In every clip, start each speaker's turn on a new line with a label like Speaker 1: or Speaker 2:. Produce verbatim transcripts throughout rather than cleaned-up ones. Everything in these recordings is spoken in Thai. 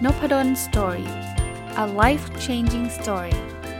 Speaker 1: Nopadon Story. A life-changing story.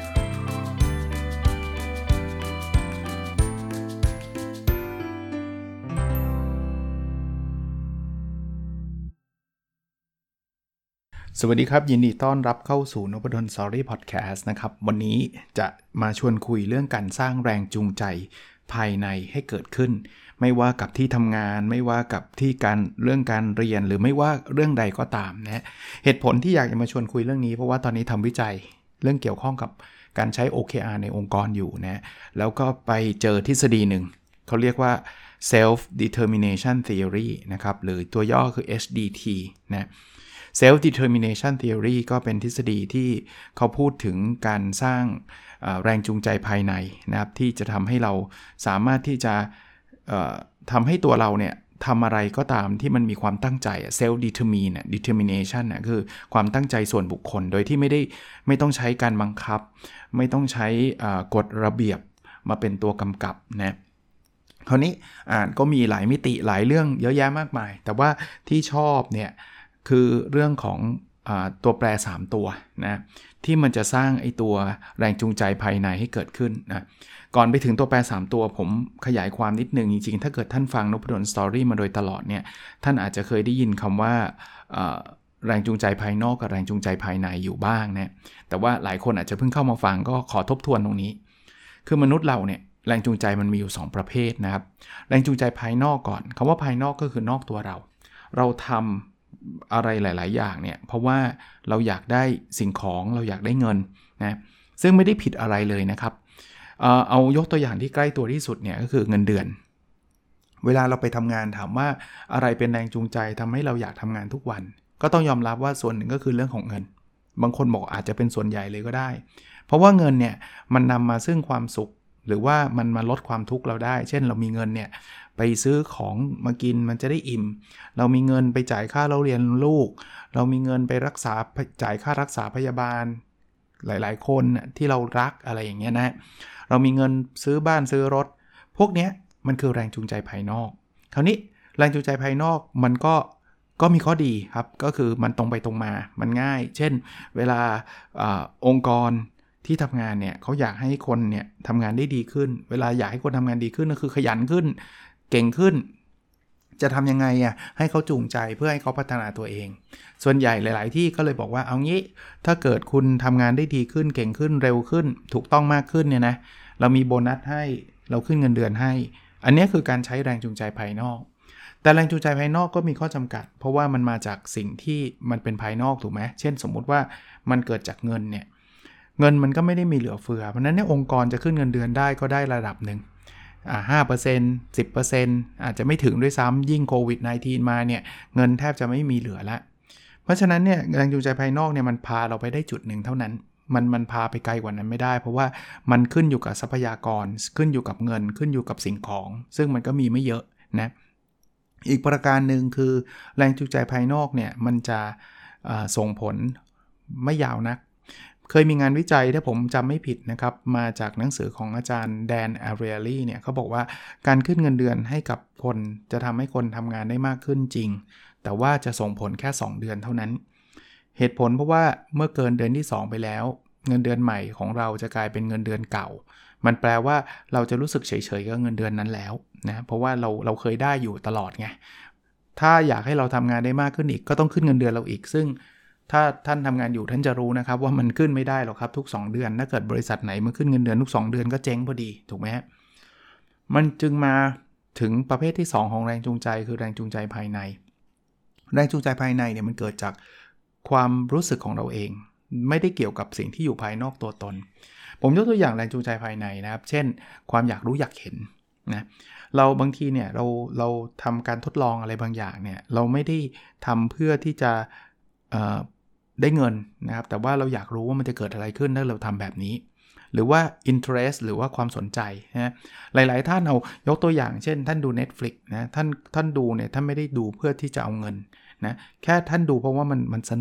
Speaker 2: สวัสดีครับยินดีต้อนรับเข้าสู่ Nopadon Story Podcast นะครับวันนี้จะมาชวนคุยเรื่องการสร้างแรงจูงใจภายในให้เกิดขึ้นไม่ว่ากับที่ทำงานไม่ว่ากับที่การเรื่องการเรียนหรือไม่ว่าเรื่องใดก็ตามนะเหตุผลที่อยากจะมาชวนคุยเรื่องนี้เพราะว่าตอนนี้ทำวิจัยเรื่องเกี่ยวข้องกับการใช้ โอ เค อาร์ ในองค์กรอยู่นะแล้วก็ไปเจอทฤษฎีหนึ่งเขาเรียกว่า self determination theory นะครับหรือตัวย่อคือ เอช ดี ที นะ self determination theory ก็เป็นทฤษฎีที่เขาพูดถึงการสร้างแรงจูงใจภายในนะครับที่จะทำให้เราสามารถที่จะทำให้ตัวเราเนี่ยทำอะไรก็ตามที่มันมีความตั้งใจ self determine determination นะคือความตั้งใจส่วนบุคคลโดยที่ไม่ได้ไม่ต้องใช้การบังคับไม่ต้องใช้กฎระเบียบมาเป็นตัวกำกับนะคราวนี้อ่านก็มีหลายมิติหลายเรื่องเยอะแยะมากมายแต่ว่าที่ชอบเนี่ยคือเรื่องของอ่าตัวแปรสามตัวนะที่มันจะสร้างไอ้ตัวแรงจูงใจภายในให้เกิดขึ้นนะก่อนไปถึงตัวแปรสามตัวผมขยายความนิดนึงจริงๆถ้าเกิดท่านฟัง Nopadon Story มาโดยตลอดเนี่ยท่านอาจจะเคยได้ยินคำว่าแรงจูงใจภายนอกกับแรงจูงใจภายในอยู่บ้างนะแต่ว่าหลายคนอาจจะเพิ่งเข้ามาฟังก็ขอทบทวนตรงนี้คือมนุษย์เราเนี่ยแรงจูงใจมันมีอยู่สองประเภทนะครับแรงจูงใจภายนอกก่อนคำว่าภายนอกก็คือนอกตัวเราเราทำอะไรหลายๆอย่างเนี่ยเพราะว่าเราอยากได้สิ่งของเราอยากได้เงินนะซึ่งไม่ได้ผิดอะไรเลยนะครับเอ่อเอายกตัวอย่างที่ใกล้ตัวที่สุดเนี่ยก็คือเงินเดือนเวลาเราไปทำงานถามว่าอะไรเป็นแรงจูงใจทำให้เราอยากทำงานทุกวันก็ต้องยอมรับว่าส่วนหนึ่งก็คือเรื่องของเงินบางคนบอกอาจจะเป็นส่วนใหญ่เลยก็ได้เพราะว่าเงินเนี่ยมันนำมาซึ่งความสุขหรือว่ามันมาลดความทุกข์เราได้เช่นเรามีเงินเนี่ยไปซื้อของมากินมันจะได้อิ่มเรามีเงินไปจ่ายค่าเรียนลูกเรามีเงินไปรักษาจ่ายค่ารักษาพยาบาลหลายๆคนที่เรารักอะไรอย่างเงี้ยนะเรามีเงินซื้อบ้านซื้อรถพวกเนี้ยมันคือแรงจูงใจภายนอกคราวนี้แรงจูงใจภายนอกมันก็ก็มีข้อดีครับก็คือมันตรงไปตรงมามันง่ายเช่นเวลาอองค์กรที่ทำงานเนี่ยเขาอยากให้คนเนี่ยทำงานได้ดีขึ้นเวลาอยากให้คนทำงานดีขึ้นก็คือขยันขึ้นเก่งขึ้นจะทำยังไงอ่ะให้เขาจูงใจเพื่อให้เขาพัฒนาตัวเองส่วนใหญ่หลายๆที่ก็เลยบอกว่าเอางี้ถ้าเกิดคุณทำงานได้ดีขึ้นเก่งขึ้นเร็วขึ้นถูกต้องมากขึ้นเนี่ยนะเรามีโบนัสให้เราขึ้นเงินเดือนให้อันนี้คือการใช้แรงจูงใจภายนอกแต่แรงจูงใจภายนอกก็มีข้อจำกัดเพราะว่ามันมาจากสิ่งที่มันเป็นภายนอกถูกไหมเช่นสมมุติว่ามันเกิดจากเงินเนี่ยเงินมันก็ไม่ได้มีเหลือเฟือเพราะนั้นเนี่ยองค์กรจะขึ้นเงินเดือนได้ก็ได้ระดับหนึ่งอ่า ห้าเปอร์เซ็นต์ สิบเปอร์เซ็นต์ อาจจะไม่ถึงด้วยซ้ำยิ่งโควิด สิบเก้า มาเนี่ยเงินแทบจะไม่มีเหลือละเพราะฉะนั้นเนี่ยแรงจูงใจภายนอกเนี่ยมันพาเราไปได้จุดหนึ่งเท่านั้นมันมันพาไปไกลกว่านั้นไม่ได้เพราะว่ามันขึ้นอยู่กับทรัพยากรขึ้นอยู่กับเงินขึ้นอยู่กับสิ่งของซึ่งมันก็มีไม่เยอะนะอีกประการหนึ่งคือแรงจูงใจภายนอกเนี่ยมันจะส่งผลไม่ยาวนักเคยมีงานวิจัยถ้าผมจำไม่ผิดนะครับมาจากหนังสือของอาจารย์แดนอาเรียลีเนี่ยเขาบอกว่าการขึ้นเงินเดือนให้กับคนจะทำให้คนทำงานได้มากขึ้นจริงแต่ว่าจะส่งผลแค่สองเดือนเท่านั้นเหตุผลเพราะว่าเมื่อเกินเดือนที่สองไปแล้วเงินเดือนใหม่ของเราจะกลายเป็นเงินเดือนเก่ามันแปลว่าเราจะรู้สึกเฉยๆกับเงินเดือนนั้นแล้วนะเพราะว่าเราเราเคยได้อยู่ตลอดไงถ้าอยากให้เราทำงานได้มากขึ้นอีกก็ต้องขึ้นเงินเดือนเราอีกซึ่งถ้าท่านทำงานอยู่ท่านจะรู้นะครับว่ามันขึ้นไม่ได้หรอกครับทุกสองเดือนถ้าเกิดบริษัทไหนมันขึ้นเงินเดือนทุกสองเดือนก็เจ๊งพอดีถูกไหมฮะมันจึงมาถึงประเภทที่สองของแรงจูงใจคือแรงจูงใจภายในแรงจูงใจภายในเนี่ยมันเกิดจากความรู้สึกของเราเองไม่ได้เกี่ยวกับสิ่งที่อยู่ภายนอกตัวตนผมยกตัวอย่างแรงจูงใจภายในนะครับเช่นความอยากรู้อยากเห็นนะเราบางทีเนี่ยเราเราทำการทดลองอะไรบางอย่างเนี่ยเราไม่ได้ทำเพื่อที่จะเอ่อได้เงินนะครับแต่ว่าเราอยากรู้ว่ามันจะเกิดอะไรขึ้นถ้าเราทำแบบนี้หรือว่า interest หรือว่าความสนใจนะหลายๆท่านเอายกตัวอย่างเช่นท่านดู Netflix นะท่านท่านดูเนี่ยท่านไม่ได้ดูเพื่อที่จะเอาเงินนะแค่ท่านดูเพราะว่ามันมันสนุก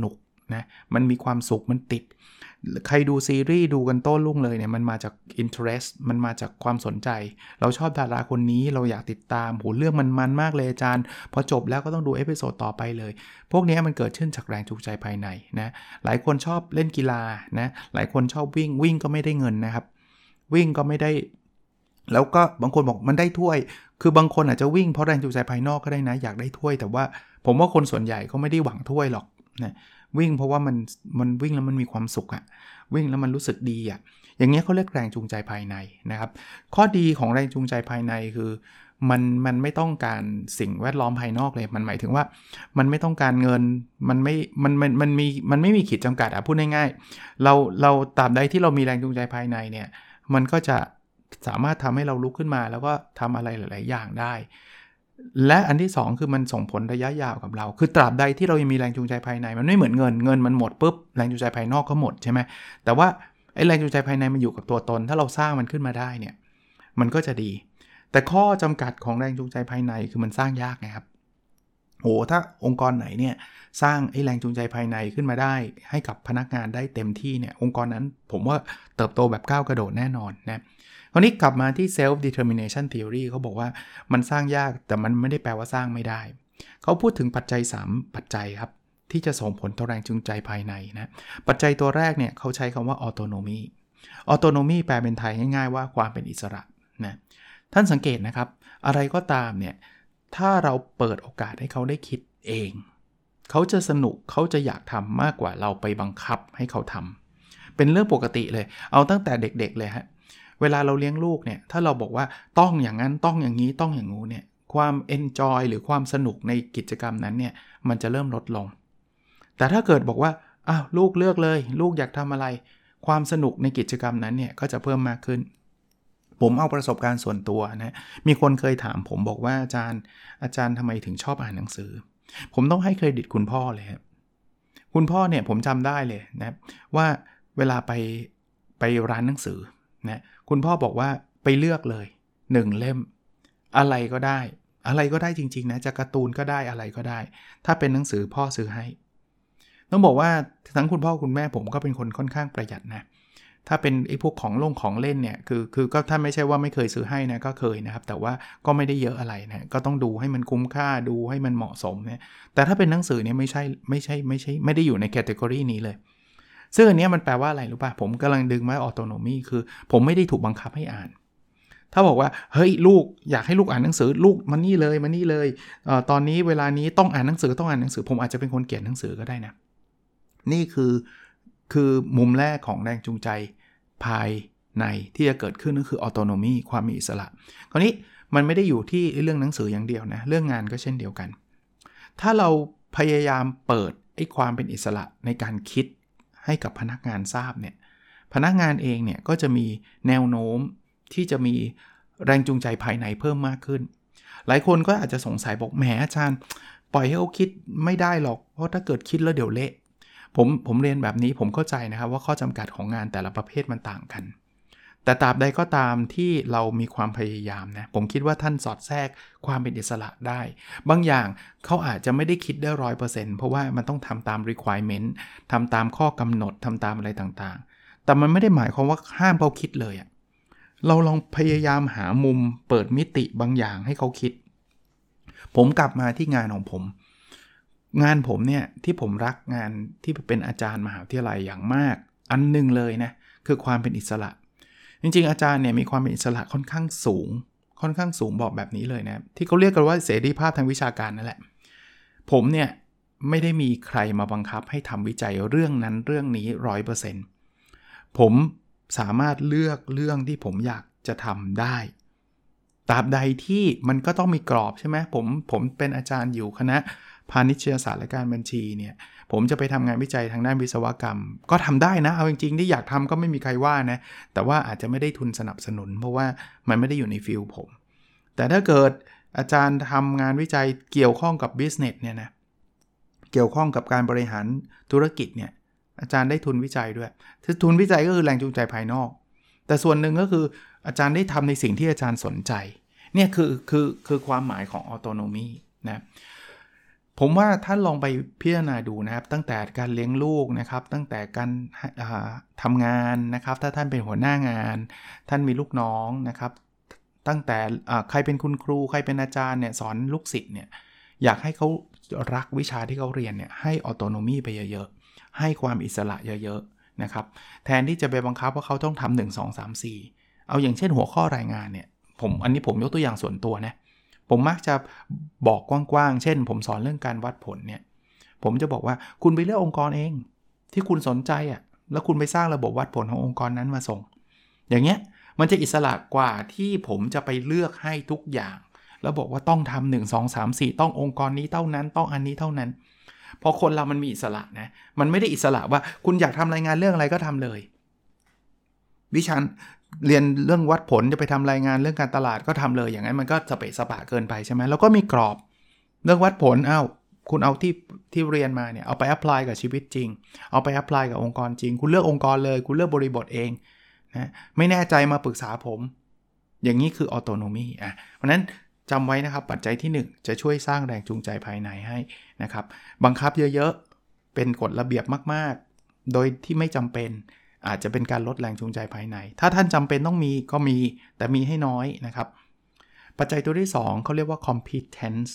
Speaker 2: นะมันมีความสุขมันติดใครดูซีรีส์ดูกันโต้รุ่งเลยเนี่ยมันมาจาก interest มันมาจากความสนใจเราชอบดาราคนนี้เราอยากติดตามโหเรื่องมันมันมากเลยอาจารย์พอจบแล้วก็ต้องดูเอพิโซดต่อไปเลยพวกนี้มันเกิดขึ้นจากแรงจูงใจภายในนะหลายคนชอบเล่นกีฬานะหลายคนชอบวิ่งวิ่งก็ไม่ได้เงินนะครับวิ่งก็ไม่ได้แล้วก็บางคนบอกมันได้ถ้วยคือบางคนอาจจะวิ่งเพราะแรงจูงใจภายนอกก็ได้นะอยากได้ถ้วยแต่ว่าผมว่าคนส่วนใหญ่ก็ไม่ได้หวังถ้วยหรอกนะวิ่งเพราะว่ามันมันวิ่งแล้วมันมีความสุขอะวิ่งแล้วมันรู้สึกดีอะอย่างเงี้ยเขาเรียกแรงจูงใจภายในนะครับข้อดีของแรงจูงใจภายในคือมันมันไม่ต้องการสิ่งแวดล้อมภายนอกเลยมันหมายถึงว่ามันไม่ต้องการเงินมันไม่มันมันมันมีมันไม่มีขีดจำกัดอะพูดง่ายๆเราเราตราบใดที่เรามีแรงจูงใจภายในเนี่ยมันก็จะสามารถทำให้เราลุกขึ้นมาแล้วก็ทำอะไรหลายๆอย่างได้และอันที่สองคือมันส่งผลระยะยาวกับเราคือตราบใดที่เรายังมีแรงจูงใจภายในมันไม่เหมือนเงินเงินมันหมดปุ๊บแรงจูงใจภายนอกก็หมดใช่ไหมแต่ว่าไอ้แรงจูงใจภายในมันอยู่กับตัวตนถ้าเราสร้างมันขึ้นมาได้เนี่ยมันก็จะดีแต่ข้อจำกัดของแรงจูงใจภายในคือมันสร้างยากนะครับโหถ้าองค์กรไหนเนี่ยสร้างไอ้แรงจูงใจภายในขึ้นมาได้ให้กับพนักงานได้เต็มที่เนี่ยองค์กรนั้นผมว่าเติบโตแบบก้าวกระโดดแน่นอนนะคราวนี้กลับมาที่ self determination theory เขาบอกว่ามันสร้างยากแต่มันไม่ได้แปลว่าสร้างไม่ได้เขาพูดถึงปัจจัยสามปัจจัยครับที่จะส่งผลต่อแรงจูงใจภายในนะปัจจัยตัวแรกเนี่ยเขาใช้คำว่า autonomy autonomy แปลเป็นไทยง่ายๆว่าความเป็นอิสระนะท่านสังเกตนะครับอะไรก็ตามเนี่ยถ้าเราเปิดโอกาสให้เขาได้คิดเองเขาจะสนุกเขาจะอยากทำมากกว่าเราไปบังคับให้เขาทำเป็นเรื่องปกติเลยเอาตั้งแต่เด็กๆเลยฮะเวลาเราเลี้ยงลูกเนี่ยถ้าเราบอกว่าต้องอย่างนั้นต้องอย่างนี้ต้องอย่างงูเนี่ยความ enjoy หรือความสนุกในกิจกรรมนั้นเนี่ยมันจะเริ่มลดลงแต่ถ้าเกิดบอกว่าอ้าวลูกเลือกเลยลูกอยากทำอะไรความสนุกในกิจกรรมนั้นเนี่ยก็จะเพิ่มมากขึ้นผมเอาประสบการณ์ส่วนตัวนะมีคนเคยถามผมบอกว่าอาจารย์อาจารย์ทำไมถึงชอบอ่านหนังสือผมต้องให้เครดิตคุณพ่อเลยครับคุณพ่อเนี่ยผมจำได้เลยนะว่าเวลาไปไปร้านหนังสือนะคุณพ่อบอกว่าไปเลือกเลยหนึ่งเล่มอะไรก็ได้อะไรก็ได้จริงๆนะจะการ์ตูนก็ได้อะไรก็ได้ถ้าเป็นหนังสือพ่อซื้อให้ต้องบอกว่าทั้งคุณพ่อคุณแม่ผมก็เป็นคนค่อนข้างประหยัดนะถ้าเป็นไอ้พวกของลงของเล่นเนี่ยคือคือก็ถ้าไม่ใช่ว่าไม่เคยซื้อให้นะก็เคยนะครับแต่ว่าก็ไม่ได้เยอะอะไรนะก็ต้องดูให้มันคุ้มค่าดูให้มันเหมาะสมเนี่ยแต่ถ้าเป็นหนังสือเนี่ยไม่ใช่ไม่ใช่ไม่ใช่ไม่ได้อยู่ในแคตตากรีนี้เลยซึ่งอันนี้มันแปลว่าอะไรรู้ป่ะผมกำลังดึงมาออโตโนมีคือผมไม่ได้ถูกบังคับให้อ่านถ้าบอกว่าเฮ้ยลูกอยากให้ลูกอ่านหนังสือลูกมานี่เลยมานี่เลยเอ่อตอนนี้เวลานี้ต้องอ่านหนังสือต้องอ่านหนังสือผมอาจจะเป็นคนเกลียดหนังสือก็ได้นะนี่คือคือมุมแรกของแรงจูงใจภายในที่จะเกิดขึ้นก็คือออโตโนมีความมีอิสระคราวนี้มันไม่ได้อยู่ที่เรื่องหนังสืออย่างเดียวนะเรื่องงานก็เช่นเดียวกันถ้าเราพยายามเปิดไอ้ความเป็นอิสระในการคิดให้กับพนักงานทราบเนี่ยพนักงานเองเนี่ยก็จะมีแนวโน้มที่จะมีแรงจูงใจภายในเพิ่มมากขึ้นหลายคนก็อาจจะสงสัยบอกแหมอาจารย์ปล่อยให้เขาคิดไม่ได้หรอกเพราะถ้าเกิดคิดแล้วเดี๋ยวเละผมผมเรียนแบบนี้ผมเข้าใจนะครับว่าข้อจำกัดของงานแต่ละประเภทมันต่างกันแต่ตราบใดก็ตามที่เรามีความพยายามนะผมคิดว่าท่านสอดแทรกความเป็นอิสระได้บางอย่างเขาอาจจะไม่ได้คิดได้ ร้อยเปอร์เซ็นต์ เพราะว่ามันต้องทำตาม requirement ทำตามข้อกำหนดทำตามอะไรต่างๆแต่มันไม่ได้หมายความว่าห้ามเขาคิดเลยอะเราลองพยายามหามุมเปิดมิติบางอย่างให้เขาคิดผมกลับมาที่งานของผมงานผมเนี่ยที่ผมรักงานที่เป็นอาจารย์มหาวิทยาลัยอย่างมากอันนึงเลยนะคือความเป็นอิสระจริงๆอาจารย์เนี่ยมีความเป็นอิสระค่อนข้างสูงค่อนข้างสูงบอกแบบนี้เลยนะที่เขาเรียกกันว่าเสรีภาพทางวิชาการนั่นแหละผมเนี่ยไม่ได้มีใครมาบังคับให้ทำวิจัยเรื่องนั้นเรื่องนี้ ร้อยเปอร์เซ็นต์ ผมสามารถเลือกเรื่องที่ผมอยากจะทำได้ตราบใดที่มันก็ต้องมีกรอบใช่ไหมผมผมเป็นอาจารย์อยู่คณะพาณิชยศาสตร์และการบัญชีเนี่ยผมจะไปทำงานวิจัยทางด้านวิศวกรรมก็ทำได้นะเอาจริงๆที่อยากทำก็ไม่มีใครว่านะแต่ว่าอาจจะไม่ได้ทุนสนับสนุนเพราะว่ามันไม่ได้อยู่ในฟิลผมแต่ถ้าเกิดอาจารย์ทำงานวิจัยเกี่ยวข้องกับ business เนี่ยนะเกี่ยวข้องกับการบริหารธุรกิจเนี่ยอาจารย์ได้ทุนวิจัยด้วยทุนวิจัยก็คือแรงจูงใจภายนอกแต่ส่วนหนึ่งก็คืออาจารย์ได้ทำในสิ่งที่อาจารย์สนใจเนี่ยคือคือคือความหมายของ autonomy นะผมว่าท่านลองไปพิจารณาดูนะครับตั้งแต่การเลี้ยงลูกนะครับตั้งแต่การทำงานนะครับถ้าท่านเป็นหัวหน้างานท่านมีลูกน้องนะครับตั้งแต่ใครเป็นคุณครูใครเป็นอาจารย์เนี่ยสอนลูกศิษย์เนี่ยอยากให้เขารักวิชาที่เขาเรียนเนี่ยให้ออโตโนมีไปเยอะๆให้ความอิสระเยอะๆนะครับแทนที่จะไปบังคับว่าเขาต้องทำหนึ่ง สอง สาม สี่เอาอย่างเช่นหัวข้อรายงานเนี่ยผมอันนี้ผมยกตัวอย่างส่วนตัวนะผมมักจะบอกกว้างๆเช่นผมสอนเรื่องการวัดผลเนี่ยผมจะบอกว่าคุณไปเลือกองค์กรเองที่คุณสนใจอ่ะแล้วคุณไปสร้างระบบวัดผลขององค์กรนั้นมาส่งอย่างเงี้ยมันจะอิสระกว่าที่ผมจะไปเลือกให้ทุกอย่างแล้วบอกว่าต้องทำหนึ่ง สอง สาม สี่ต้ององค์กรนี้เท่านั้นต้องอันนี้เท่านั้นพอคนเรามันมีอิสระนะมันไม่ได้อิสระว่าคุณอยากทำรายงานเรื่องอะไรก็ทำเลยวิชาเรียนเรื่องวัดผลจะไปทำรายงานเรื่องการตลาดก็ทำเลยอย่างนั้นมันก็สเปะสปะเกินไปใช่ไหมแล้วก็มีกรอบเรื่องวัดผลอ้าวคุณเอาที่ที่เรียนมาเนี่ยเอาไปแอพพลายกับชีวิตจริงเอาไปแอพพลายกับองค์กรจริงคุณเลือกองค์กรเลยคุณเลือกบริบทเองนะไม่แน่ใจมาปรึกษาผมอย่างนี้คือออโตโนมีอ่ะเพราะนั้นจำไว้นะครับปัจจัยที่หนึ่งจะช่วยสร้างแรงจูงใจภายในให้นะครับบังคับเยอะๆเป็นกฎระเบียบมากๆโดยที่ไม่จำเป็นอาจจะเป็นการลดแรงจูงใจภายในถ้าท่านจำเป็นต้องมีก็มีแต่มีให้น้อยนะครับปัจจัยตัวที่สองเขาเรียกว่า competence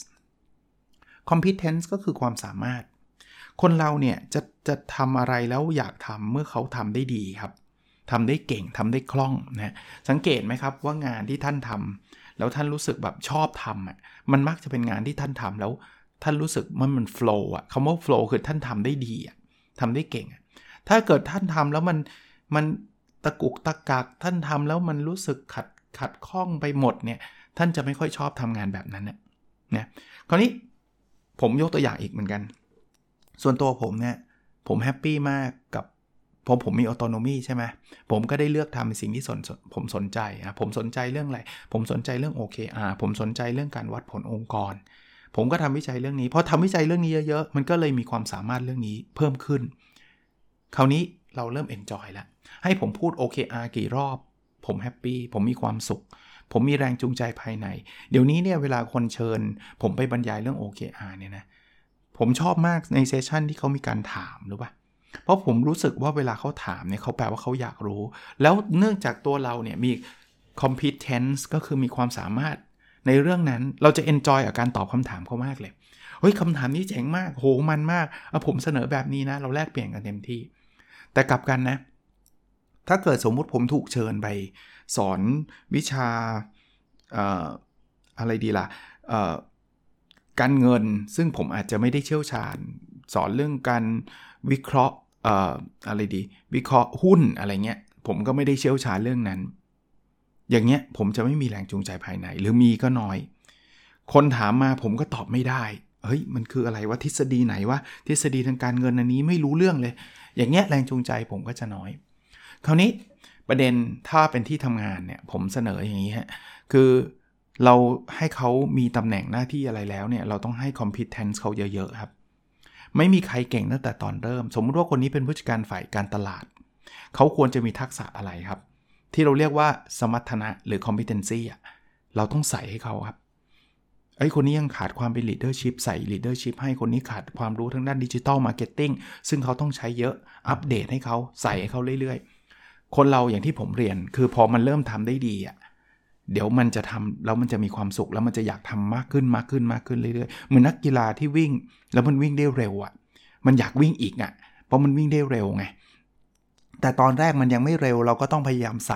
Speaker 2: competence ก็คือความสามารถคนเราเนี่ยจะจะทำอะไรแล้วอยากทำเมื่อเขาทำได้ดีครับทำได้เก่งทำได้คล่องนะสังเกตไหมครับว่างานที่ท่านทำแล้วท่านรู้สึกแบบชอบทำอ่ะมันมักจะเป็นงานที่ท่านทำแล้วท่านรู้สึกมันมัน flow อ่ะคำว่า flow คือท่านทำได้ดีอ่ะทำได้เก่งถ้าเกิดท่านทำแล้วมันมันตะกุกตะกักท่านทำแล้วมันรู้สึกขัดขัดข้องไปหมดเนี่ยท่านจะไม่ค่อยชอบทำงานแบบนั้นนะนะคราวนี้ผมยกตัวอย่างอีกเหมือนกันส่วนตัวผมเนี่ยผมแฮปปี้มากกับพอผมมีออโตโนมีใช่ไหมผมก็ได้เลือกทำสิ่งที่สนผมสนใจนะผมสนใจเรื่องอะไรผมสนใจเรื่อง โอ เค อาร์ ผมสนใจเรื่องการวัดผลองค์กรผมก็ทำวิจัยเรื่องนี้พอทำวิจัยเรื่องนี้เยอะๆมันก็เลยมีความสามารถเรื่องนี้เพิ่มขึ้นคราวนี้เราเริ่ม enjoy แล้วให้ผมพูด โอ เค อาร์ กี่รอบผมแฮปปี้ผมมีความสุขผมมีแรงจูงใจภายในเดี๋ยวนี้เนี่ยเวลาคนเชิญผมไปบรรยายเรื่อง โอ เค อาร์ เนี่ยนะผมชอบมากในเซสชั่นที่เขามีการถามรู้ป่ะเพราะผมรู้สึกว่าเวลาเขาถามเนี่ยเขาแปลว่าเขาอยากรู้แล้วเนื่องจากตัวเราเนี่ยมี competence ก็คือมีความสามารถในเรื่องนั้นเราจะ enjoy กับการตอบคำถามเขามากเลยเฮ้ยคำถามนี้เจ๋งมากโหมันมากเอาผมเสนอแบบนี้นะเราแลกเปลี่ยนกันเต็มที่แต่กลับกันนะถ้าเกิดสมมุติผมถูกเชิญไปสอนวิชาเอ่ออะไรดีล่ะเอ่อการเงินซึ่งผมอาจจะไม่ได้เชี่ยวชาญสอนเรื่องการวิเคราะห์เอ่ออะไรดีวิเคราะห์หุ้นอะไรเงี้ยผมก็ไม่ได้เชี่ยวชาญเรื่องนั้นอย่างเงี้ยผมจะไม่มีแรงจูงใจภายในหรือมีก็น้อยคนถามมาผมก็ตอบไม่ได้เฮ้ยมันคืออะไรวะทฤษฎีไหนวะทฤษฎีทางการเงินอันนี้ไม่รู้เรื่องเลยอย่างเงี้ยแรงจูงใจผมก็จะน้อยคราวนี้ประเด็นถ้าเป็นที่ทำงานเนี่ยผมเสนออย่างนี้ฮะคือเราให้เขามีตำแหน่งหน้าที่อะไรแล้วเนี่ยเราต้องให้ competence เขาเยอะๆครับไม่มีใครเก่งตั้งแต่ตอนเริ่มสมมติว่าคนนี้เป็นผู้จัดการฝ่ายการตลาดเขาควรจะมีทักษะอะไรครับที่เราเรียกว่าสมรรถนะหรือ competency อ่ะเราต้องใส่ให้เขาครับไอ้คนนี้ยังขาดความเป็น leadership ใส่ leadership ให้คนนี้ขาดความรู้ทางด้าน digital marketing ซึ่งเขาต้องใช้เยอะอัปเดตให้เขาใส่ให้เขาเรื่อยๆคนเราอย่างที่ผมเรียนคือพอมันเริ่มทำได้ดีอ่ะเดี๋ยวมันจะทำแล้วมันจะมีความสุขแล้วมันจะอยากทำมากขึ้นมากขึ้นมากขึ้นเรื่อยๆเหมือนนักกีฬาที่วิ่งแล้วมันวิ่งได้เร็วอ่ะมันอยากวิ่งอีกอ่ะเพราะมันวิ่งได้เร็วไงแต่ตอนแรกมันยังไม่เร็วเราก็ต้องพยายามใส่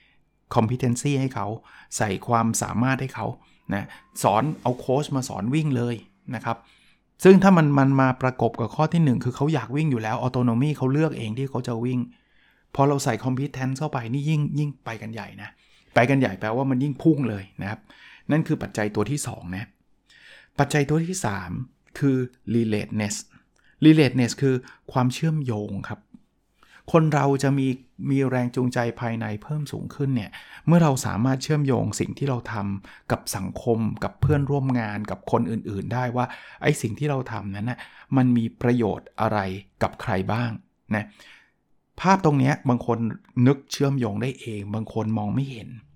Speaker 2: competency ให้เขาใส่ความสามารถให้เขานะสอนเอาโค้ชมาสอนวิ่งเลยนะครับซึ่งถ้ามันมันมาประกบกับข้อที่หนึ่งคือเขาอยากวิ่งอยู่แล้วออโตโนมีเขาเลือกเองที่เขาจะวิ่งพอเราใส่ competence เข้าไปนี่ยิ่งยิ่งไปกันใหญ่นะไปกันใหญ่แปลว่ามันยิ่งพุ่งเลยนะครับนั่นคือปัจจัยตัวที่สองนะปัจจัยตัวที่สามคือ relatedness relatedness คือความเชื่อมโยงครับคนเราจะมีมีแรงจูงใจภายในเพิ่มสูงขึ้นเนี่ยเมื่อเราสามารถเชื่อมโยงสิ่งที่เราทำกับสังคมกับเพื่อนร่วมงานกับคนอื่นๆได้ว่าไอ้สิ่งที่เราทำนั้นนะมันมีประโยชน์อะไรกับใครบ้างนะภาพตรงนี้บางคนนึกเชื่อมโยงได้เองบางคนมองไม่เห็น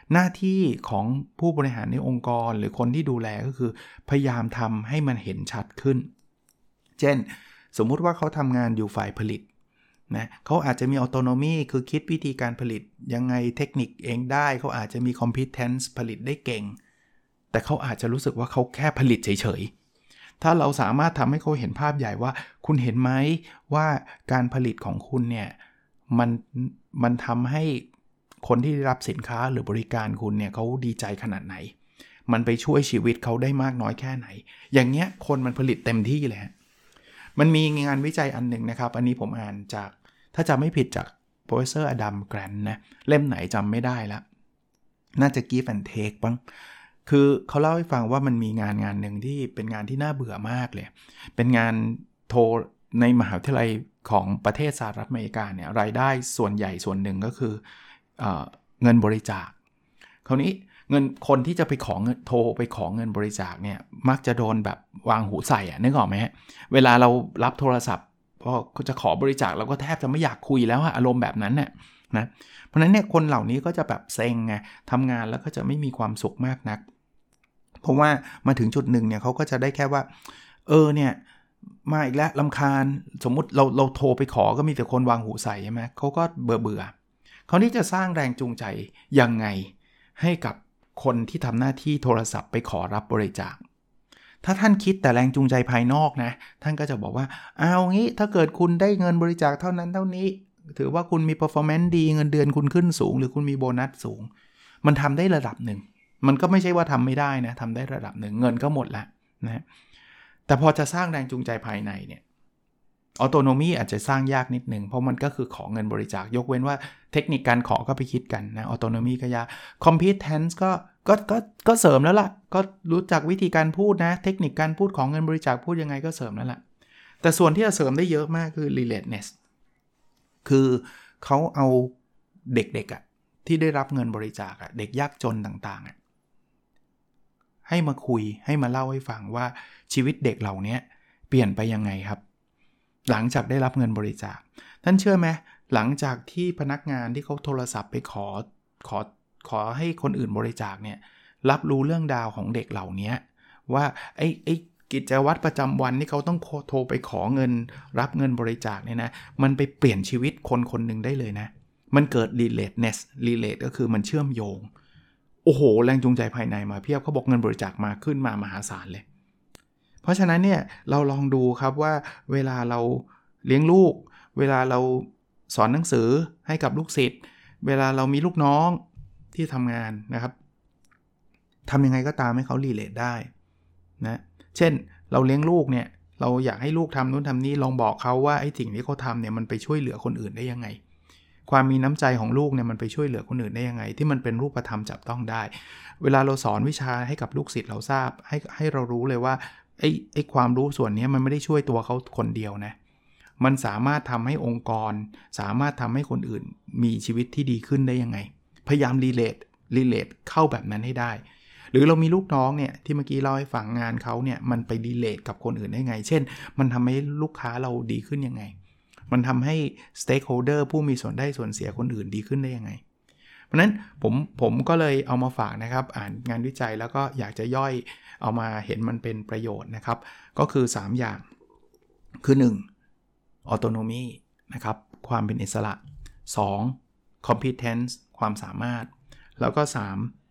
Speaker 2: หน้าที่ของผู้บริหารในองค์กรหรือคนที่ดูแลก็คือพยายามทำให้มันเห็นชัดขึ้นเช่นสมมุติว่าเขาทำงานอยู่ฝ่ายผลิตนะเขาอาจจะมี autonomy คือคิดวิธีการผลิตยังไงเทคนิคเองได้เขาอาจจะมี competence ผลิตได้เก่งแต่เขาอาจจะรู้สึกว่าเขาแค่ผลิตเฉยๆถ้าเราสามารถทำให้เขาเห็นภาพใหญ่ว่าคุณเห็นไหมว่าการผลิตของคุณเนี่ยมันมันทำให้คนที่ได้รับสินค้าหรือบริการคุณเนี่ยเขาดีใจขนาดไหนมันไปช่วยชีวิตเขาได้มากน้อยแค่ไหนอย่างเงี้ยคนมันผลิตเต็มที่เลยฮะมันมีงานวิจัยอันหนึ่งนะครับอันนี้ผมอ่านจากถ้าจำไม่ผิดจาก Professor Adam Grant นะเล่มไหนจำไม่ได้แล้วน่าจะ Give and Take บ้างคือเขาเล่าให้ฟังว่ามันมีงานงานหนึ่งที่เป็นงานที่น่าเบื่อมากเลยเป็นงานโทรในมหาวิทยาลัยของประเทศสหรัฐอเมริกาเนี่ยรายได้ส่วนใหญ่ส่วนหนึ่งก็คือเอ่อเงินบริจาคคราวนี้เงินคนที่จะไปขอเงินโทรไปขอเงินบริจาคเนี่ยมักจะโดนแบบวางหูใส่อะนึกออกไหมฮะเวลาเรารับโทรศัพท์พอจะขอบริจาคเราก็แทบจะไม่อยากคุยแล้วอะอารมณ์แบบนั้นน่ะนะเพราะฉะนั้นเนี่ยคนเหล่านี้ก็จะแบบเซ็งไงทำงานแล้วก็จะไม่มีความสุขมากนักเพราะว่ามาถึงจุดหนึ่งเนี่ยเขาก็จะได้แค่ว่าเออเนี่ยมาอีกแล้วรำคาญสมมุติเราเราโทรไปขอก็มีแต่คนวางหูใส่ใช่ไหมเขาก็เบื่อเบื่อเขานี่จะสร้างแรงจูงใจยังไงให้กับคนที่ทำหน้าที่โทรศัพท์ไปขอรับบริจาคถ้าท่านคิดแต่แรงจูงใจภายนอกนะท่านก็จะบอกว่าเอางี้ถ้าเกิดคุณได้เงินบริจาคเท่านั้นเท่านี้ถือว่าคุณมี performance ดีเงินเดือนคุณขึ้นสูงหรือคุณมีโบนัสสูงมันทำได้ระดับหนึ่งมันก็ไม่ใช่ว่าทำไม่ได้นะทำได้ระดับหนึ่งเงินก็หมดละนะแต่พอจะสร้างแรงจูงใจภายในเนี่ยออโตโนมีอาจจะสร้างยากนิดนึงเพราะมันก็คือขอเงินบริจาคยกเว้นว่าเทคนิคการขอก็ไปคิดกันนะออโตโนมีก็ยากคอมพิวเตนส์ก็ก็ก็ก็เสริมแล้วล่ะก็รู้จักวิธีการพูดนะเทคนิคการพูดของเงินบริจาคพูดยังไงก็เสริมแล้วล่ะแต่ส่วนที่จะเสริมได้เยอะมากคือ relatedness คือเขาเอาเด็กๆอ่ะที่ได้รับเงินบริจาคอ่ะเด็กยากจนต่างๆอ่ะให้มาคุยให้มาเล่าให้ฟังว่าชีวิตเด็กเหล่านี้เปลี่ยนไปยังไงครับหลังจากได้รับเงินบริจาคท่านเชื่อไหมหลังจากที่พนักงานที่เขาโทรศัพท์ไปขอขอขอให้คนอื่นบริจาคเนี่ยรับรู้เรื่องราวของเด็กเหล่านี้ว่าไอ้ไอ้กิจวัตรประจำวันที่เขาต้องโทรไปขอเงินรับเงินบริจาคเนี่ยนะมันไปเปลี่ยนชีวิตคนคนหนึ่งได้เลยนะมันเกิด relatedness relate ก็คือมันเชื่อมโยงโอ้โหแรงจูงใจภายในมาเพียบเขาบอกเงินบริจาคมาขึ้นมามหาศาลเลยเพราะฉะนั้นเนี่ยเราลองดูครับว่าเวลาเราเลี้ยงลูกเวลาเราสอนหนังสือให้กับลูกศิษย์เวลาเรามีลูกน้องที่ทำงานนะครับทำยังไงก็ตามให้เขารีเลทได้นะเช่นเราเลี้ยงลูกเนี่ยเราอยากให้ลูกทำนู้นทำนี้ลองบอกเขาว่าไอ้สิ่งที่เขาทำเนี่ยมันไปช่วยเหลือคนอื่นได้ยังไงความมีน้ำใจของลูกเนี่ยมันไปช่วยเหลือคนอื่นได้ยังไงที่มันเป็นรูปธรรมจับต้องได้เวลาเราสอนวิชาให้กับลูกศิษย์เราทราบให้ให้เรารู้เลยว่าไอ้ไอ้ความรู้ส่วนนี้มันไม่ได้ช่วยตัวเขาคนเดียวนะมันสามารถทำให้องค์กรสามารถทำให้คนอื่นมีชีวิตที่ดีขึ้นได้ยังไงพยายามรีเลทรีเลทเข้าแบบนั้นให้ได้หรือเรามีลูกน้องเนี่ยที่เมื่อกี้เล่าให้ฟังงานเขาเนี่ยมันไปรีเลทกับคนอื่นได้ไงเช่นมันทำให้ลูกค้าเราดีขึ้นยังไงมันทำให้ stakeholder ผู้มีส่วนได้ส่วนเสียคนอื่นดีขึ้นได้ยังไงเพราะนั้นผมผมก็เลยเอามาฝากนะครับอ่านงานวิจัยแล้วก็อยากจะย่อยเอามาเห็นมันเป็นประโยชน์นะครับก็คือสามอย่างคือหนึ่ง autonomy นะครับความเป็นอิสระสอง competence ความสามารถแล้วก็สาม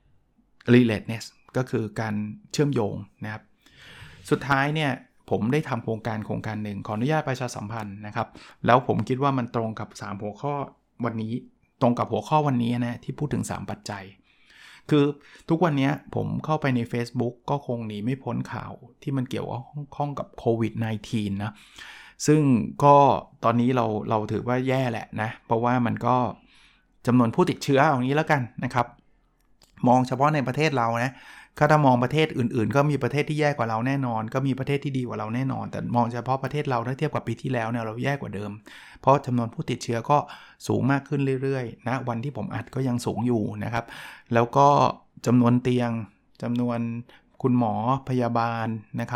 Speaker 2: relatedness ก็คือการเชื่อมโยงนะครับสุดท้ายเนี่ยผมได้ทำโครงการโครงการหนึ่งขออนุญาตประชาสัมพันธ์นะครับแล้วผมคิดว่ามันตรงกับสามหัวข้อวันนี้ตรงกับหัวข้อวันนี้นะที่พูดถึงสามปัจจัยคือทุกวันนี้ผมเข้าไปใน Facebook ก็คงหนีไม่พ้นข่าวที่มันเกี่ยวข้องกับโควิด สิบเก้า นะซึ่งก็ตอนนี้เราเราถือว่าแย่แหละนะเพราะว่ามันก็จำนวนผู้ติดเชื้ออย่างนี้แล้วกันนะครับมองเฉพาะในประเทศเรานะถ้ามองประเทศอื่นๆก็มีประเทศที่แย่กว่าเราแน่นอนก็มีประเทศที่ดีกว่าเราแน่นอนแต่มองเฉพาะประเทศเราถ้าเทียบกับปีที่แล้วเนี่ยเราแย่กว่าเดิมเพราะจำนวนผู้ติดเชื้อก็สูงมากขึ้นเรื่อยๆนะวันที่ผมอัดก็ยังสูงอยู่นะครับแล้วก็จำนวนเตียงจำนวนคุณหมอพยาบาลนะครับ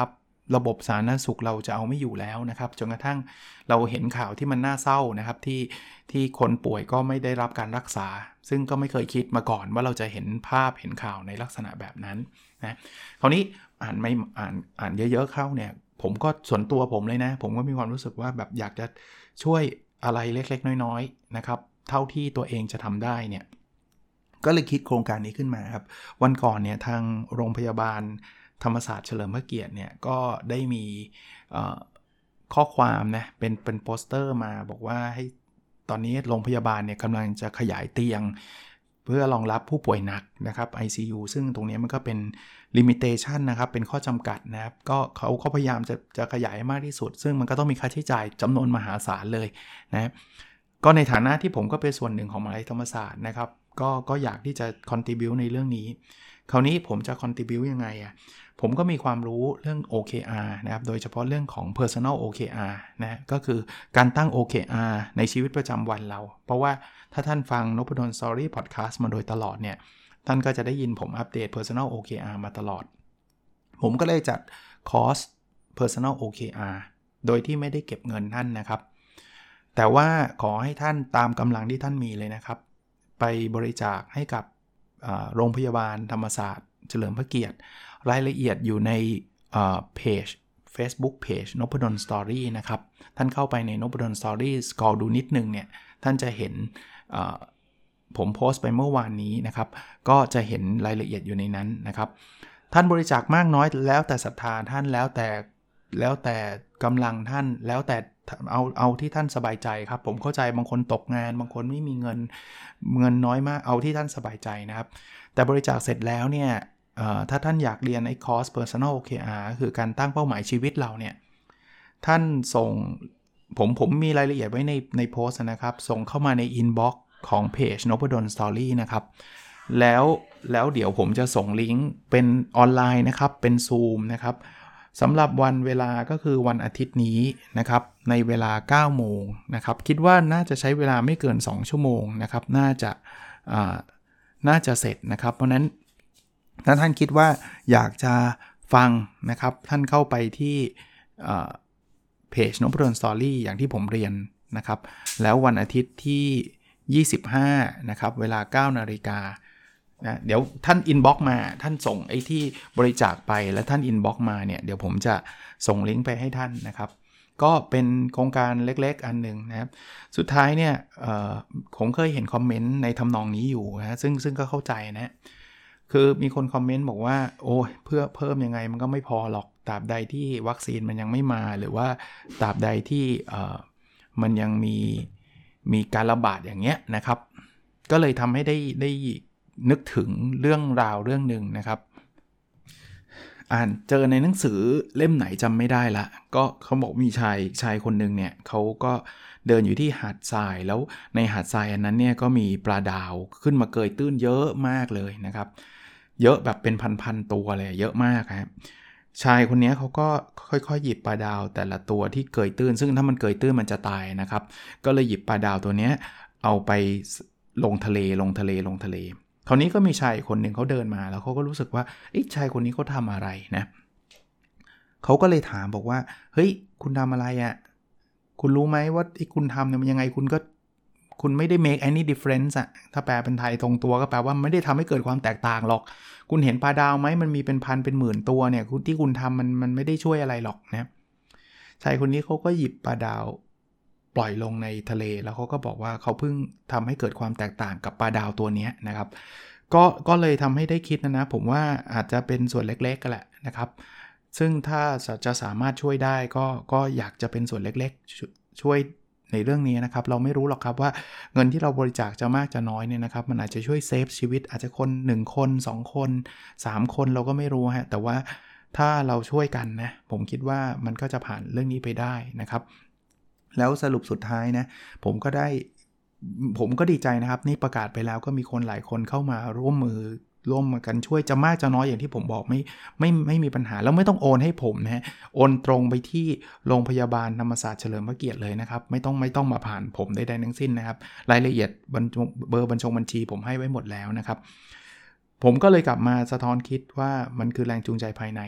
Speaker 2: ระบบสาธารณสุขเราจะเอาไม่อยู่แล้วนะครับจนกระทั่งเราเห็นข่าวที่มันน่าเศร้านะครับที่ที่คนป่วยก็ไม่ได้รับการรักษาซึ่งก็ไม่เคยคิดมาก่อนว่าเราจะเห็นภาพเห็นข่าวในลักษณะแบบนั้นนะคราวนี้อ่านไม่อ่านอ่านเยอะๆเข้าเนี่ยผมก็ส่วนตัวผมเลยนะผมก็มีความรู้สึกว่าแบบอยากจะช่วยอะไรเล็กๆน้อยๆนะครับเท่าที่ตัวเองจะทำได้เนี่ยก็เลยคิดโครงการนี้ขึ้นมาครับวันก่อนเนี่ยทางโรงพยาบาลธรรมศาสตร์เฉลิมพระเกียรติเนี่ยก็ได้มีข้อความนะเป็นเป็นโปสเตอร์มาบอกว่าให้ตอนนี้โรงพยาบาลเนี่ยกำลังจะขยายเตียงเพื่อรองรับผู้ป่วยหนักนะครับ ไอ ซี ยู ซึ่งตรงนี้มันก็เป็น limitation นะครับเป็นข้อจำกัดนะครับก็เขาก็พยายามจะจะขยายให้มากที่สุดซึ่งมันก็ต้องมีค่าใช้จ่ายจำนวนมหาศาลเลยนะก็ในฐานะที่ผมก็เป็นส่วนหนึ่งของมหาวิทยาลัยธรรมศาสตร์นะครับก็ก็อยากที่จะ contribute ในเรื่องนี้คราวนี้ผมจะ contribute ยังไงอ่ะผมก็มีความรู้เรื่อง โอ เค อาร์ นะครับโดยเฉพาะเรื่องของ personal โอ เค อาร์ นะก็คือการตั้ง โอ เค อาร์ ในชีวิตประจำวันเราเพราะว่าถ้าท่านฟังนพดล Story Podcast มาโดยตลอดเนี่ยท่านก็จะได้ยินผมอัปเดต personal โอ เค อาร์ มาตลอดผมก็เลยจัดคอร์ส personal โอ เค อาร์ โดยที่ไม่ได้เก็บเงินท่านนะครับแต่ว่าขอให้ท่านตามกำลังที่ท่านมีเลยนะครับไปบริจาคให้กับโรงพยาบาลธรรมศาสตร์เฉลิมพระเกียรติรายละเอียดอยู่ในเพจ Facebook Page นพดล Story นะครับท่านเข้าไปในนพดล Story สกรอลดูนิดนึงเนี่ยท่านจะเห็นผมโพสต์ไปเมื่อวานนี้นะครับก็จะเห็นรายละเอียดอยู่ในนั้นนะครับท่านบริจาคมากน้อยแล้วแต่ศรัทธาท่านแล้วแต่แล้วแต่กำลังท่านแล้วแต่เอาเอาที่ท่านสบายใจครับผมเข้าใจบางคนตกงานบางคนไม่มีเงินเงินน้อยมากเอาที่ท่านสบายใจนะครับแต่บริจาคเสร็จแล้วเนี่ยถ้าท่านอยากเรียนไอ้คอร์ส personal โอ เค อาร์ คือการตั้งเป้าหมายชีวิตเราเนี่ยท่านส่งผมผมมีรายละเอียดไว้ในในโพสต์นะครับส่งเข้ามาใน inbox ของเพจนพดล Story นะครับแล้วแล้วเดี๋ยวผมจะส่งลิงก์เป็นออนไลน์นะครับเป็น Zoom นะครับสำหรับวันเวลาก็คือวันอาทิตย์นี้นะครับในเวลา เก้าโมงนะครับคิดว่าน่าจะใช้เวลาไม่เกินสองชั่วโมงนะครับน่าจะน่าจะเสร็จนะครับเพราะนั้นถ้าท่านคิดว่าอยากจะฟังนะครับท่านเข้าไปที่เพจนพดล Story อย่างที่ผมเรียนนะครับแล้ววันอาทิตย์ที่ยี่สิบห้านะครับเวลา เก้านาฬิกานะเดี๋ยวท่านอินบ็อกซ์มาท่านส่งไอ้ที่บริจาคไปแล้วท่านอินบ็อกซ์มาเนี่ยเดี๋ยวผมจะส่งลิงก์ไปให้ท่านนะครับก็เป็นโครงการเล็กๆอันนึงนะครับสุดท้ายเนี่ยผมเคยเห็นคอมเมนต์ในทำนองนี้อยู่นะซึ่งซึ่งก็เข้าใจนะคือมีคนคอมเมนต์บอกว่าโอ้ยเพื่อเพิ่มยังไงมันก็ไม่พอหรอกตราบใดที่วัคซีนมันยังไม่มาหรือว่าตราบใดที่มันยังมีมีการระบาดอย่างเงี้ยนะครับก็เลยทำให้ได้ได้นึกถึงเรื่องราวเรื่องหนึ่งนะครับอ่านเจอในหนังสือเล่มไหนจำไม่ได้ละก็เขาบอกมีชายชายคนหนึ่งเนี่ยเขาก็เดินอยู่ที่หาดทรายแล้วในหาดทรายอันนั้นเนี่ยก็มีปลาดาวขึ้นมาเกยตื้นเยอะมากเลยนะครับเยอะแบบเป็นพันๆตัวเลยเยอะมากครับชายคนนี้เขาก็ค่อยๆหยิบปลาดาวแต่ละตัวที่เกยตื้นซึ่งถ้ามันเกยตื้นมันจะตายนะครับก็เลยหยิบปลาดาวตัวนี้เอาไปลงทะเลลงทะเลลงทะเลคราวนี้ก็มีชายคนหนึ่งเขาเดินมาแล้วเขาก็รู้สึกว่าไอ้ชายคนนี้เขาทำอะไรนะเขาก็เลยถามบอกว่าเฮ้ยคุณทำอะไรอ่ะคุณรู้ไหมว่าไอ้คุณทำเนี่ยมันยังไงคุณก็คุณไม่ได้ make any difference อ่ะถ้าแปลเป็นไทยตรงตัวก็แปลว่าไม่ได้ทำให้เกิดความแตกต่างหรอกคุณเห็นปลาดาวไหมมันมีเป็นพันเป็นหมื่นตัวเนี่ยที่คุณทำมันมันไม่ได้ช่วยอะไรหรอกนะชายคนนี้เขาก็หยิบปลาดาวปล่อยลงในทะเลแล้วเขาก็บอกว่าเขาเพิ่งทำให้เกิดความแตกต่างกับปลาดาวตัวนี้นะครับก็ก็เลยทำให้ได้คิดนะนะผมว่าอาจจะเป็นส่วนเล็กๆก็แหละนะครับซึ่งถ้าจะสามารถช่วยได้ก็ก็อยากจะเป็นส่วนเล็กๆช่วยในเรื่องนี้นะครับเราไม่รู้หรอกครับว่าเงินที่เราบริจาคจะมากจะน้อยเนี่ยนะครับมันอาจจะช่วยเซฟชีวิตอาจจะคนหนึ่งคนสองคนสามคนเราก็ไม่รู้ฮะแต่ว่าถ้าเราช่วยกันนะผมคิดว่ามันก็จะผ่านเรื่องนี้ไปได้นะครับแล้วสรุปสุดท้ายนะผมก็ได้ผมก็ดีใจนะครับนี่ประกาศไปแล้วก็มีคนหลายคนเข้ามาร่วมมือร่วมกันช่วยจะมากจะน้อยอย่างที่ผมบอกไม่ไม่ไม่มีปัญหาแล้วไม่ต้องโอนให้ผมนะฮะโอนตรงไปที่โรงพยาบาลธรรมศาสตร์เฉลิมพระเกียรติเลยนะครับไม่ต้องไม่ต้องมาผ่านผมใดๆทั้งสิ้นนะครับรายละเอียดเบอร์บัญชงบัญชีผมให้ไว้หมดแล้วนะครับผมก็เลยกลับมาสะท้อนคิดว่ามันคือแรงจูงใจภายในนี่แหละ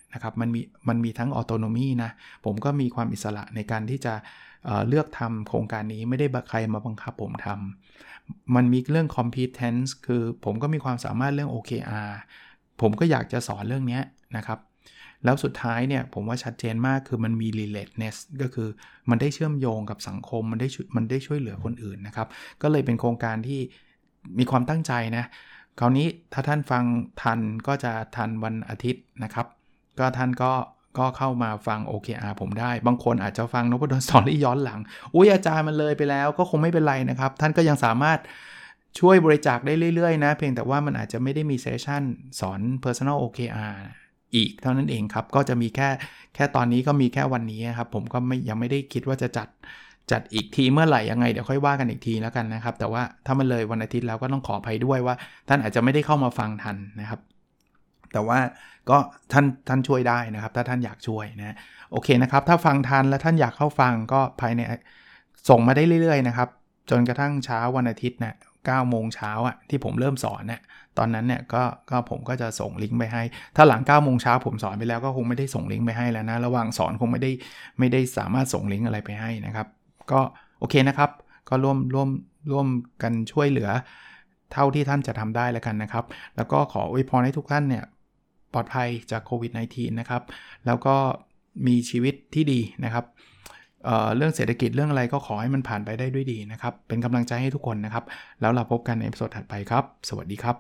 Speaker 2: นะครับมันมีมันมีทั้งออโตโนมีนะผมก็มีความอิสระในการที่จะ เอ่อ เลือกทำโครงการนี้ไม่ได้ใครมาบังคับผมทำมันมีเรื่อง competence คือผมก็มีความสามารถเรื่อง โอ เค อาร์ ผมก็อยากจะสอนเรื่องนี้นะครับแล้วสุดท้ายเนี่ยผมว่าชัดเจนมากคือมันมี relatedness ก็คือมันได้เชื่อมโยงกับสังคมมันได้มันได้ช่วยเหลือคนอื่นนะครับก็เลยเป็นโครงการที่มีความตั้งใจนะคราวนี้ถ้าท่านฟังทันก็จะทันวันอาทิตย์นะครับก็ท่านก็ก็เข้ามาฟัง โอ เค อาร์ ผมได้บางคนอาจจะฟังนพดลสตอรี่ย้อนหลังอุ๊ยอาจารย์มันเลยไปแล้วก็คงไม่เป็นไรนะครับท่านก็ยังสามารถช่วยบริจาคได้เรื่อยๆนะเพียงแต่ว่ามันอาจจะไม่ได้มีเซสชั่นสอน Personal โอ เค อาร์ อีกเท่านั้นเองครับก็จะมีแค่แค่ตอนนี้ก็มีแค่วันนี้ครับผมก็ไม่ยังไม่ได้คิดว่าจะจัดจัดอีกทีเมื่อไหร่ยังไงเดี๋ยวค่อยว่ากันอีกทีแล้วกันนะครับแต่ว่าถ้ามันเลยวันอาทิตย์แล้วก็ต้องขออภัยด้วยว่าท่านอาจจะไม่ได้เข้ามาฟังทันนะครับแต่ว่าก็ท่านท่านช่วยได้นะครับถ้าท่านอยากช่วยนะโอเคนะครับถ้าฟังทันและท่านอยากเข้าฟังก็ภายในส่งมาได้เรื่อยๆนะครับจนกระทั่งเช้าวันอาทิตย์นะเก้าโมงเช้าอ่ะที่ผมเริ่มสอนเนี่ยตอนนั้นเนี่ยก็ก็ผมก็จะส่งลิงก์ไปให้ถ้าหลังเก้าโมงเช้าผมสอนไปแล้วก็คงไม่ได้ส่งลิงก์ไปให้แล้วนะระหว่างสอนคงไม่ได้ไม่ได้สามารถส่งลิงก์อะไรไปให้นะครับก็โอเคนะครับก็ร่วมร่วมร่วมกันช่วยเหลือเท่าที่ท่านจะทำได้แล้วกันนะครับแล้วก็ขออวยพรให้ทุกท่านเนี่ยปลอดภัยจากโควิด สิบเก้า นะครับแล้วก็มีชีวิตที่ดีนะครับ เอ่อ เรื่องเศรษฐกิจเรื่องอะไรก็ขอให้มันผ่านไปได้ด้วยดีนะครับเป็นกำลังใจให้ทุกคนนะครับแล้วเราพบกันในเอพิโซดถัดไปครับสวัสดีครับ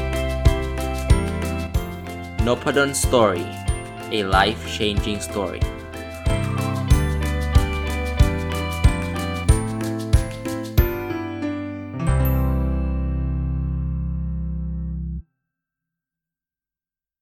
Speaker 3: Noppadan Story, a life-changing story.